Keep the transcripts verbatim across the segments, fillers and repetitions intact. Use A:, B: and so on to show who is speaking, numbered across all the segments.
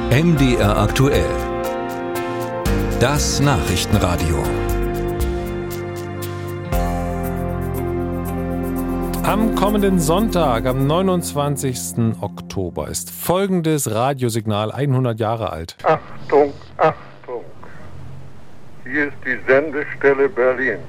A: M D R aktuell. Das Nachrichtenradio.
B: Am kommenden Sonntag, am neunundzwanzigsten Oktober, ist folgendes Radiosignal hundert Jahre alt.
C: Achtung, Achtung! Hier ist die Sendestelle Berlin,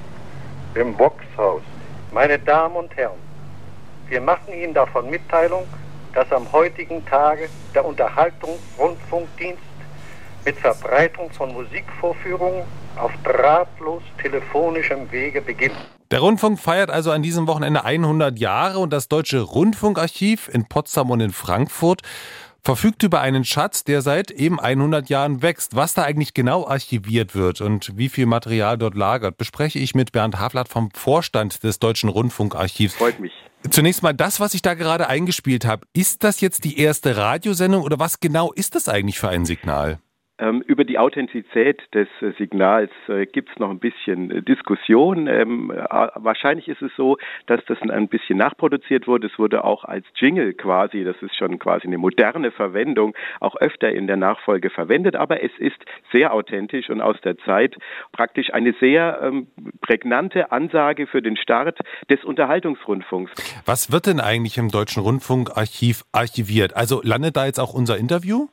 C: im Boxhaus.
D: Meine Damen und Herren, wir machen Ihnen davon Mitteilung, dass am heutigen Tage der Unterhaltungsrundfunkdienst mit Verbreitung von Musikvorführungen auf drahtlos telefonischem Wege beginnt.
B: Der Rundfunk feiert also an diesem Wochenende hundert Jahre und das Deutsche Rundfunkarchiv in Potsdam und in Frankfurt verfügt über einen Schatz, der seit eben hundert Jahren wächst. Was da eigentlich genau archiviert wird und wie viel Material dort lagert, bespreche ich mit Bernd Havlat vom Vorstand des Deutschen Rundfunkarchivs.
E: Freut mich.
B: Zunächst mal das, was ich da gerade eingespielt habe. Ist das jetzt die erste Radiosendung oder was genau ist das eigentlich für ein Signal?
E: Ähm, über die Authentizität des äh, Signals äh, gibt es noch ein bisschen äh, Diskussion. Ähm, äh, wahrscheinlich ist es so, dass das ein bisschen nachproduziert wurde. Es wurde auch als Jingle quasi, das ist schon quasi eine moderne Verwendung, auch öfter in der Nachfolge verwendet. Aber es ist sehr authentisch und aus der Zeit praktisch eine sehr ähm, prägnante Ansage für den Start des Unterhaltungsrundfunks.
B: Was wird denn eigentlich im Deutschen Rundfunkarchiv archiviert? Also landet da jetzt auch unser Interview?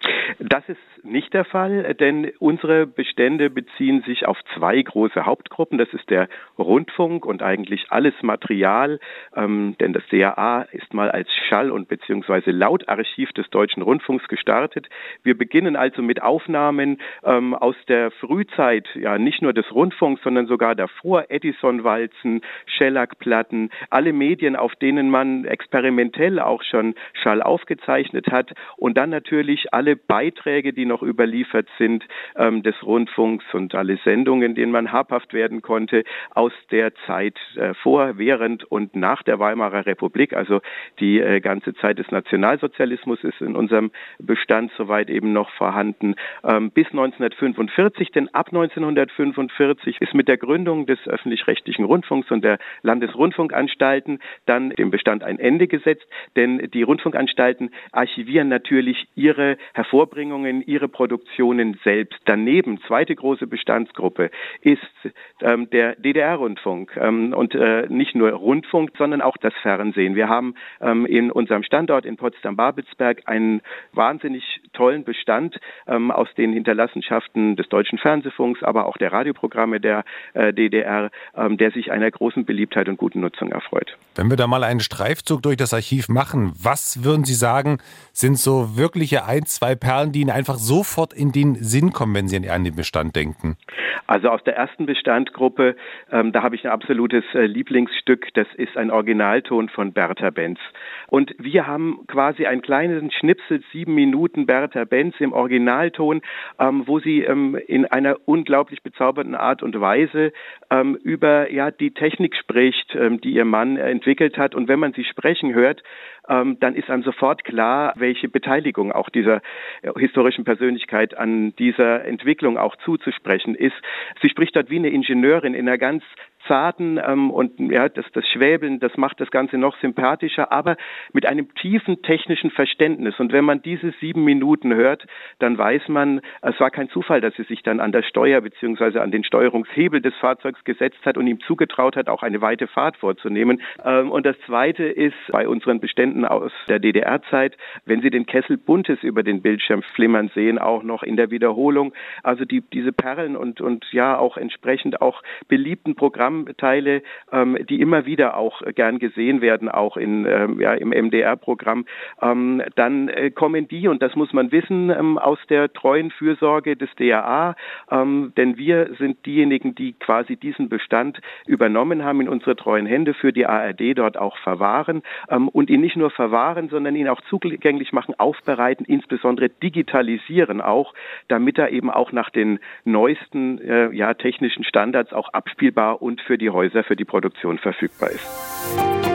E: Das ist nicht der Fall, denn unsere Bestände beziehen sich auf zwei große Hauptgruppen. Das ist der Rundfunk und eigentlich alles Material, ähm, denn das D R A ist mal als Schall- und beziehungsweise Lautarchiv des Deutschen Rundfunks gestartet. Wir beginnen also mit Aufnahmen ähm, aus der Frühzeit, ja nicht nur des Rundfunks, sondern sogar davor, Edison-Walzen, Shellac-Platten, alle Medien, auf denen man experimentell auch schon Schall aufgezeichnet hat und dann natürlich alle Beiträge, die noch überliefert sind ähm, des Rundfunks und alle Sendungen, denen man habhaft werden konnte aus der Zeit äh, vor, während und nach der Weimarer Republik. Also die äh, ganze Zeit des Nationalsozialismus ist in unserem Bestand soweit eben noch vorhanden ähm, bis neunzehnhundertfünfundvierzig, denn ab neunzehnhundertfünfundvierzig ist mit der Gründung des öffentlich-rechtlichen Rundfunks und der Landesrundfunkanstalten dann dem Bestand ein Ende gesetzt, denn die Rundfunkanstalten archivieren natürlich ihre Hervorbringungen, ihre Produktionen selbst. Daneben, zweite große Bestandsgruppe, ist ähm, der D D R-Rundfunk ähm, und äh, nicht nur Rundfunk, sondern auch das Fernsehen. Wir haben ähm, in unserem Standort in Potsdam-Babelsberg einen wahnsinnig tollen Bestand ähm, aus den Hinterlassenschaften des Deutschen Fernsehfunks, aber auch der Radioprogramme der äh, D D R, ähm, der sich einer großen Beliebtheit und guten Nutzung erfreut.
B: Wenn wir da mal einen Streifzug durch das Archiv machen, was würden Sie sagen, sind so wirkliche ein, zwei Perlen, die Ihnen einfach sofort in den Sinn kommen, wenn Sie an den Bestand denken?
E: Also aus der ersten Bestandgruppe, ähm, da habe ich ein absolutes äh, Lieblingsstück, das ist ein Originalton von Bertha Benz. Und wir haben quasi einen kleinen Schnipsel, sieben Minuten Bertha Benz im Originalton, ähm, wo sie ähm, in einer unglaublich bezaubernden Art und Weise ähm, über ja die Technik spricht, ähm, die ihr Mann entwickelt hat. Und wenn man sie sprechen hört, ähm, dann ist einem sofort klar, welche Beteiligung auch dieser äh, historischen Persönlichkeit an dieser Entwicklung auch zuzusprechen ist. Sie spricht dort wie eine Ingenieurin in einer ganz zarten ähm, und ja, das, das Schwäbeln, das macht das Ganze noch sympathischer, aber mit einem tiefen technischen Verständnis. Und wenn man diese sieben Minuten hört, dann weiß man, es war kein Zufall, dass sie sich dann an der Steuer bzw. an den Steuerungshebel des Fahrzeugs gesetzt hat und ihm zugetraut hat, auch eine weite Fahrt vorzunehmen. Ähm, und das Zweite ist bei unseren Beständen aus der D D R-Zeit, wenn Sie den Kessel Buntes über den Bildschirm flimmern sehen, auch noch in der Wiederholung, also die, diese Perlen und, und ja auch entsprechend auch beliebten Programmen, Teile, ähm, die immer wieder auch gern gesehen werden, auch in, ähm, ja, im M D R-Programm, ähm, dann äh, kommen die, und das muss man wissen, ähm, aus der treuen Fürsorge des D R A, ähm, denn wir sind diejenigen, die quasi diesen Bestand übernommen haben in unsere treuen Hände, für die A R D dort auch verwahren ähm, und ihn nicht nur verwahren, sondern ihn auch zugänglich machen, aufbereiten, insbesondere digitalisieren auch, damit er eben auch nach den neuesten äh, ja, technischen Standards auch abspielbar und für die Häuser, für die Produktion verfügbar ist.